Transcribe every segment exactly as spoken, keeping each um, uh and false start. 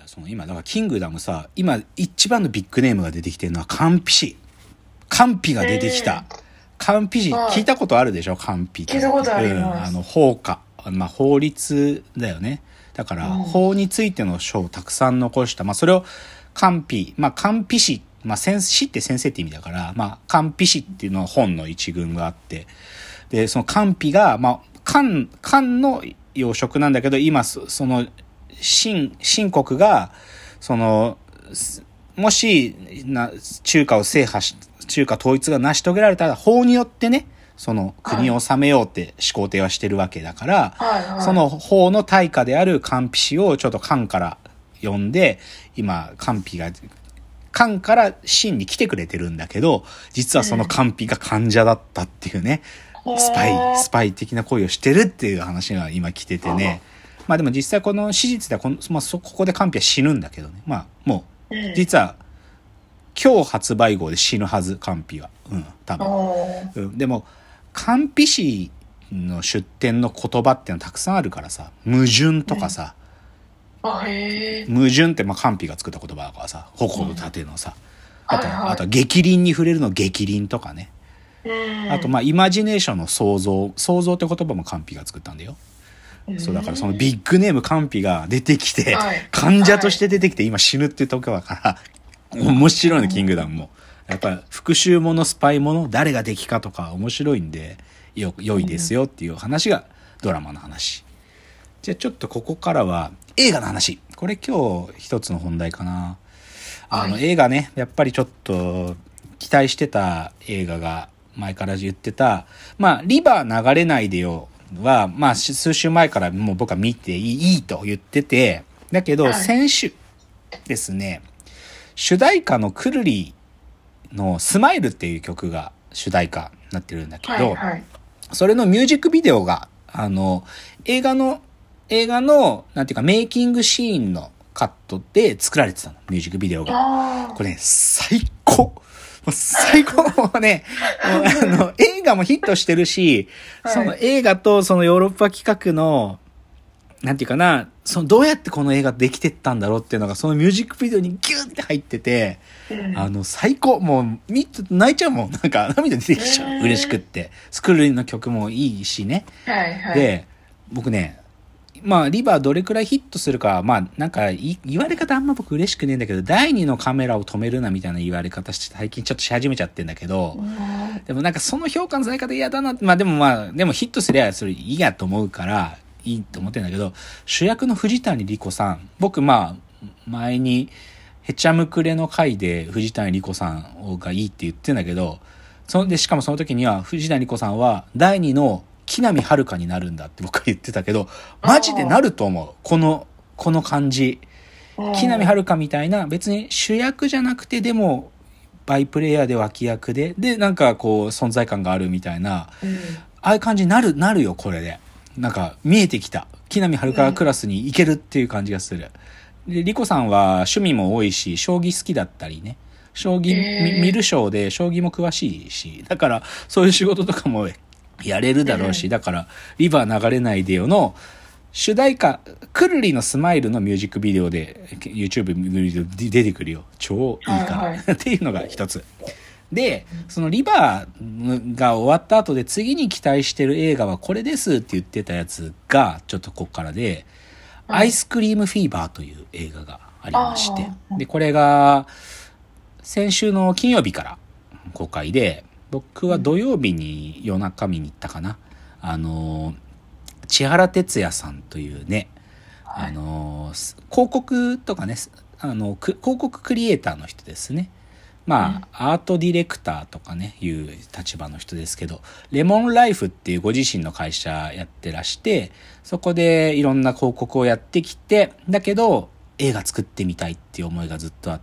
その今だからキングダムさ、今一番のビッグネームが出てきてるのはカンピ氏。カンピが出てきた。カンピ氏聞いたことあるでしょ？カンピ。 聞いたことあります。 うん、あの法科、まあ法律だよね。だから法についての書をたくさん残した。まあそれをカンピ、まあカンピ氏、まあ先師って先生って意味だから、まあカンピ氏っていうのは本の一群があって、でそのカンピがまあ漢漢の養殖なんだけど、今その秦秦国がそのもしな中華を制覇し中華統一が成し遂げられたら法によってね、その国を治めようって始皇帝はしてるわけだから、 はいはい、 その法の対価であるカンピ氏をちょっと漢から呼んで、今カンピが漢から秦に来てくれてるんだけど、実はそのカンピが患者だったっていうね、うん、スパイスパイ的な行為をしてるっていう話が今来ててね。まあでも実際この史実ではこの、まあ、そここでカンピは死ぬんだけどね。まあもう実は今日発売号で死ぬはず、カンピは。うん、多分。うん、でもカンピ氏の出典の言葉ってのはたくさんあるからさ、矛盾とかさ、 うん、あへ矛盾ってまあカンピが作った言葉だからさ、矛の盾のさ、うん、あと、はいはい、あとは逆鱗に触れるの逆鱗とかね。うん、あとまあイマジネーションの創造、創造って言葉もカンピが作ったんだよ。そうだからそのビッグネームカンピが出てきて、はい、患者として出てきて今死ぬってとこだから面白いね、キングダムも。やっぱり復讐ものスパイもの誰が敵かとか面白いんでよ良いですよっていう話がドラマの話。じゃあちょっとここからは映画の話。これ今日一つの本題かな。あの、はい、映画ね、やっぱりちょっと期待してた映画が前から言ってた、まあリバー流れないでよは、まあ、数週前からもう僕は見ていい、いいと言ってて、だけど、先週ですね、主題歌のくるりのスマイルっていう曲が主題歌になってるんだけど、はいはい、それのミュージックビデオが、あの、映画の、映画の、なんていうか、メイキングシーンのカットで作られてたの、ミュージックビデオが。これね、最高最高もね、あの、映画もヒットしてるし、はい、その映画とそのヨーロッパ企画の、なんていうかな、そのどうやってこの映画できてったんだろうっていうのが、そのミュージックビデオにギューって入ってて、うん、あの、最高、もう、見て泣いちゃうもん。なんか涙出てきちゃう。嬉しくって。スクールの曲もいいしね。 はいはい、 で、僕ね、まあ、リバーどれくらいヒットするか、まあ、なんか、言われ方あんま僕嬉しくねえんだけど、だいにのカメラを止めるなみたいな言われ方して最近ちょっとし始めちゃってんだけど、でもなんかその評価のされ方嫌だな。まあでもまあ、でもヒットすりゃそれいいやと思うから、いいと思ってんだけど、主役の藤谷莉子さん、僕まあ、前に、へちゃむくれの回で藤谷莉子さんがいいって言ってんだけど、そんで、しかもその時には藤谷莉子さんはだいにの木南遥になるんだって僕は言ってたけど、マジでなると思う。この、この感じ。木南遥みたいな、別に主役じゃなくて、でも、バイプレイヤーで脇役で、で、なんかこう、存在感があるみたいな、うん、ああいう感じになる、なるよ、これで。なんか、見えてきた。木南遥クラスに行けるっていう感じがする。で、莉子さんは趣味も多いし、将棋好きだったりね。将棋、えー、見る将で、将棋も詳しいし、だから、そういう仕事とかも、やれるだろうし、だから、リバー流れないでよの、主題歌、くるりのスマイルのミュージックビデオで、YouTube で出てくるよ。超いいから。はいはい、っていうのが一つ。で、そのリバーが終わった後で次に期待してる映画はこれですって言ってたやつが、ちょっとこっからで、はい、アイスクリームフィーバーという映画がありまして、で、これが、先週の金曜日から公開で、僕は土曜日に夜中見に行ったかな。あの、千原哲也さんというね、あの、広告とかね、あの、広告クリエイターの人ですね。まあ、アートディレクターとかね、いう立場の人ですけど、レモンライフっていうご自身の会社やってらして、そこでいろんな広告をやってきて、だけど映画作ってみたいっていう思いがずっとあって、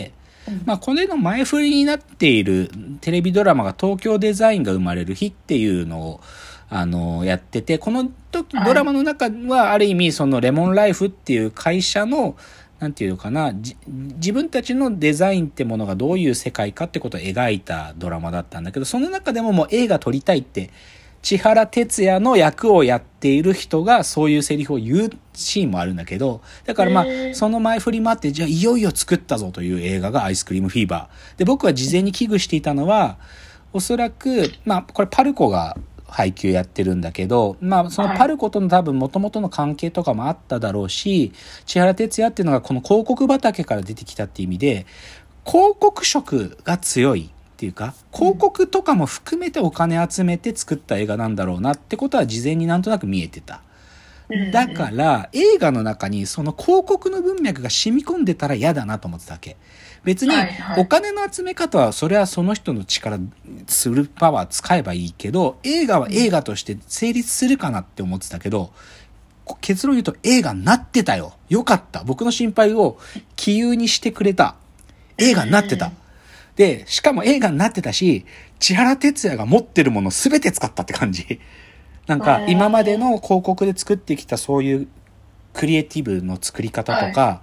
まあ、これの前振りになっているテレビドラマが東京デザインが生まれる日っていうのを、あの、やってて、この時、ドラマの中はある意味そのレモンライフっていう会社の、なんていうのかな、自分たちのデザインってものがどういう世界かってことを描いたドラマだったんだけど、その中でももう映画撮りたいって、 千原哲也の役をやっている人がそういうセリフを言うシーンもあるんだけど、だからまあその前振りもあって、じゃあいよいよ作ったぞという映画がアイスクリームフィーバーで、僕は事前に危惧していたのは、おそらくまあこれパルコが配給やってるんだけど、まあそのパルコとの多分元々の関係とかもあっただろうし、千原哲也っていうのがこの広告畑から出てきたっていう意味で、広告色が強いっていうか、広告とかも含めてお金集めて作った映画なんだろうなってことは事前になんとなく見えてた。だから映画の中にその広告の文脈が染み込んでたら嫌だなと思ってたわけ。別にお金の集め方はそれはその人の力するパワー使えばいいけど、映画は映画として成立するかなって思ってたけど、結論言うと映画になってたよ。よかった。僕の心配を杞憂にしてくれた。映画になってた。で、しかも映画になってたし、千原哲也が持ってるものすべて使ったって感じ。なんか今までの広告で作ってきたそういうクリエイティブの作り方とか、はい、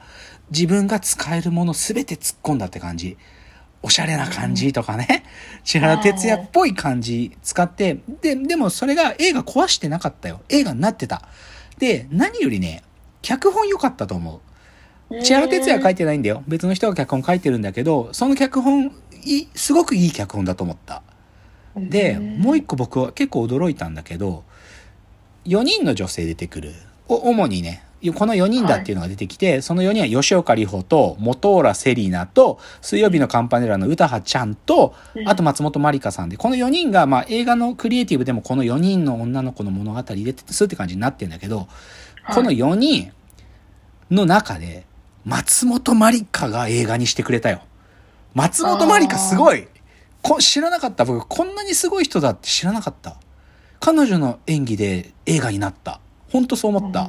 自分が使えるものすべて突っ込んだって感じ。おしゃれな感じとかね、千原哲也っぽい感じ使って、で、でもそれが映画壊してなかったよ。映画になってた。で、何よりね、脚本良かったと思う。千原哲也は書いてないんだよ。別の人が脚本書いてるんだけど、その脚本いすごくいい脚本だと思った。で、もう一個僕は結構驚いたんだけど、よにんの女性出てくる。お主にね、このよにんだっていうのが出てきて、はい、そのよにんは吉岡里帆と本浦セリナと水曜日のカンパネラの歌葉ちゃんと、あと松本まりかさんで、このよにんがまあ映画のクリエイティブでもこのよにんの女の子の物語ですって感じになってるんだけど、このよにんの中で松本まりかが映画にしてくれたよ。松本まりかすごい。こ知らなかった。僕こんなにすごい人だって知らなかった。彼女の演技で映画になった。本当そう思った。うん。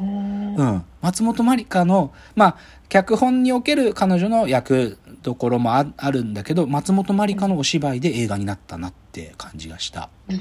松本まりかの、まあ、脚本における彼女の役どころも あ, あるんだけど、松本まりかのお芝居で映画になったなって感じがした。うん。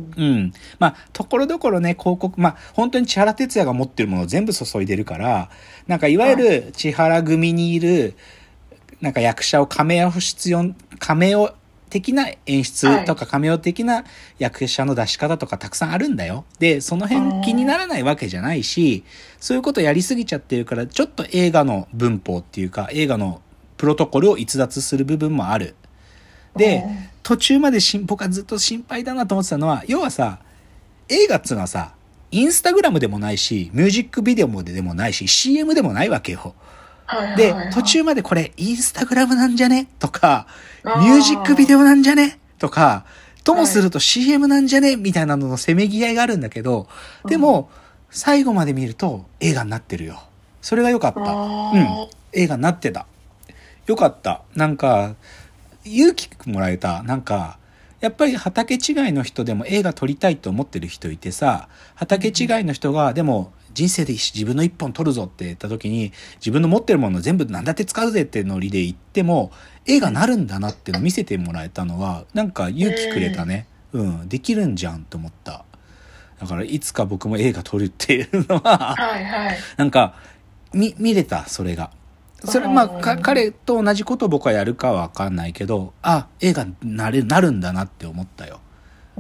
うん、まあ、ところどころね、広告、まあ、本当に千原哲也が持ってるものを全部注いでるから、なんかいわゆる千原組にいる、なんか役者をカメオ出演、カメオ的な演出とかカメオ的な役者の出し方とかたくさんあるんだよ。で、その辺気にならないわけじゃないし、そういうことやりすぎちゃってるから、ちょっと映画の文法っていうか、映画のプロトコルを逸脱する部分もある。で、途中までし僕はずっと心配だなと思ってたのは、要はさ、映画っつうのはさ、インスタグラムでもないし、ミュージックビデオでもないし、シーエム でもないわけよ。で、途中までこれインスタグラムなんじゃねとか、ミュージックビデオなんじゃねとか、ともすると シーエム なんじゃねみたいなののせめぎ合いがあるんだけど、でも、最後まで見ると映画になってるよ。それが良かった。うん。映画になってた。良かった。なんか、勇気もらえた。なんか、やっぱり畑違いの人でも映画撮りたいと思ってる人いてさ、畑違いの人が、でも、人生で自分の一本取るぞって言った時に、自分の持ってるもの全部何だって使うぜってノリで言っても、映画なるんだなってのを見せてもらえたのは、なんか勇気くれたね。うん、できるんじゃんと思った。だからいつか僕も映画撮るっていうのは、はいはい、なんか、見、見れた、それが。それ、まあ、か、彼と同じことを僕はやるかはわかんないけど、あ、映画になれ、なるんだなって思ったよ。うん。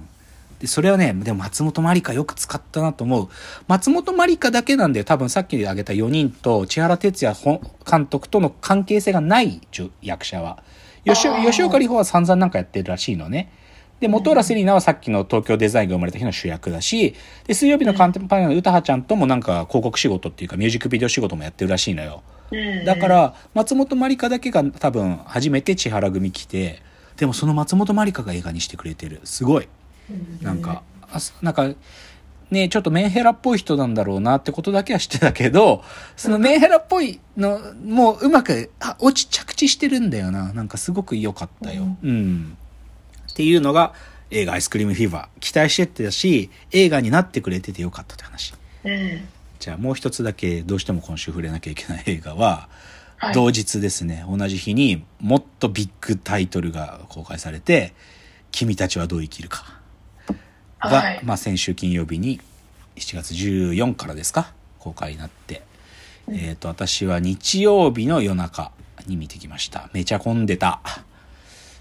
で、それはね、でも松本まりかよく使ったなと思う。松本まりかだけなんだよ。多分さっき挙げたよにんと千原哲也監督との関係性がない役者は。吉, 吉岡里帆は散々なんかやってるらしいのね。で、本浦セリナはさっきの東京デザインが生まれた日の主役だし、で、水曜日のカンパネラの歌葉ちゃんともなんか広告仕事っていうかミュージックビデオ仕事もやってるらしいのよ。だから、松本まりかだけが多分初めて千原組来て、でもその松本まりかが映画にしてくれてる。すごい。なんか、あなんか、ね、ちょっとメンヘラっぽい人なんだろうなってことだけは知ってたけど、そのメンヘラっぽいの、もううまく、あ、落ち、着地してるんだよな。なんかすごく良かったよ。うん。うん、っていうのが映画アイスクリームフィーバー。期待してたし、映画になってくれててよかったって話。うん、じゃあもう一つだけどうしても今週触れなきゃいけない映画は、はい、同日ですね、同じ日にもっとビッグタイトルが公開されて、君たちはどう生きるか。が、はい、まあ先週金曜日にしちがつじゅうよっかからですか公開になって、うん、えっと私は日曜日の夜中に見てきました。めちゃ混んでた。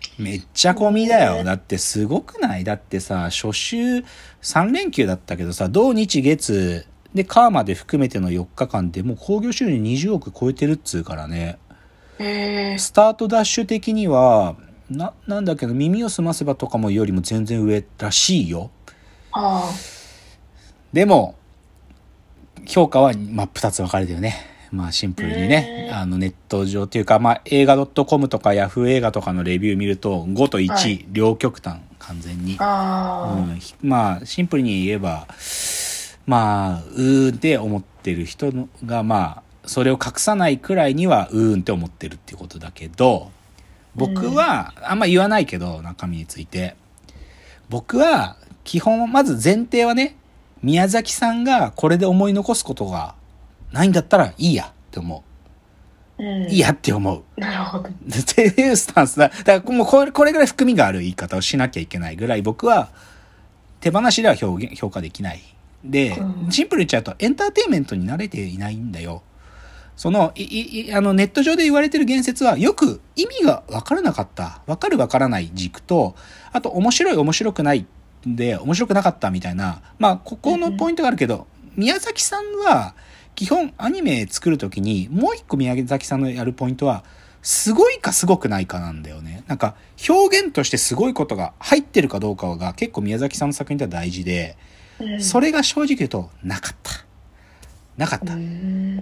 めっちゃ混みだよ。だってすごくない？だってさ、初週さん連休だったけどさ、土日月で火まで含めてのよっかかんでもう興行収入にじゅうおく超えてるっつうからね。 へー。 スタートダッシュ的には、な、なんだけど耳をすませばとかもよりも全然上らしいよ。 あでも、評価は真っ二つ分かれてるね。まあシンプルにね、あのネット上っていうか、まあ映画 .com とかヤフー映画とかのレビュー見るとごといち、はい、両極端完全に。 あ、 うん、まあシンプルに言えば、まあうーんって思ってる人がまあそれを隠さないくらいにはうーんって思ってるっていうことだけど、僕はあんま言わないけど中身について、僕は基本まず前提はね、宮崎さんがこれで思い残すことがないんだったらいいやって思う。うん、いいやって思う。 なるほど。 っていうスタンスだ。だからもうこれ、これぐらい含みがある言い方をしなきゃいけないぐらい僕は手放しでは表現、評価できない。で、うん、シンプルに言っちゃうとエンターテインメントに慣れていないんだよ。その、い、い、あのネット上で言われてる言説はよく意味が分からなかった。分かる分からない軸と、あと面白い面白くないで面白くなかったみたいな、まあここのポイントがあるけど、うん、宮崎さんは基本アニメ作るときにもう一個宮崎さんのやるポイントはすごいかすごくないかなんだよね。なんか表現としてすごいことが入ってるかどうかが結構宮崎さんの作品では大事で、うん、それが正直言うとなかったなかった、うん、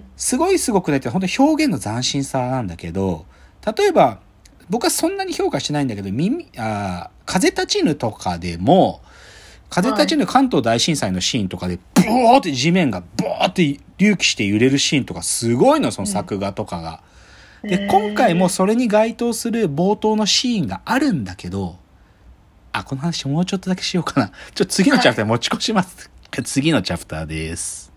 すごいすごくないって本当に表現の斬新さなんだけど、例えば僕はそんなに評価してないんだけど、耳あ風立ちぬとかでも風立ちぬ関東大震災のシーンとかでブワーって地面がブワーって隆起して揺れるシーンとかすごいの、その作画とかが。うん、で、今回もそれに該当する冒頭のシーンがあるんだけど、あ、この話もうちょっとだけしようかな。ちょっと次のチャプター持ち越します。次のチャプターです。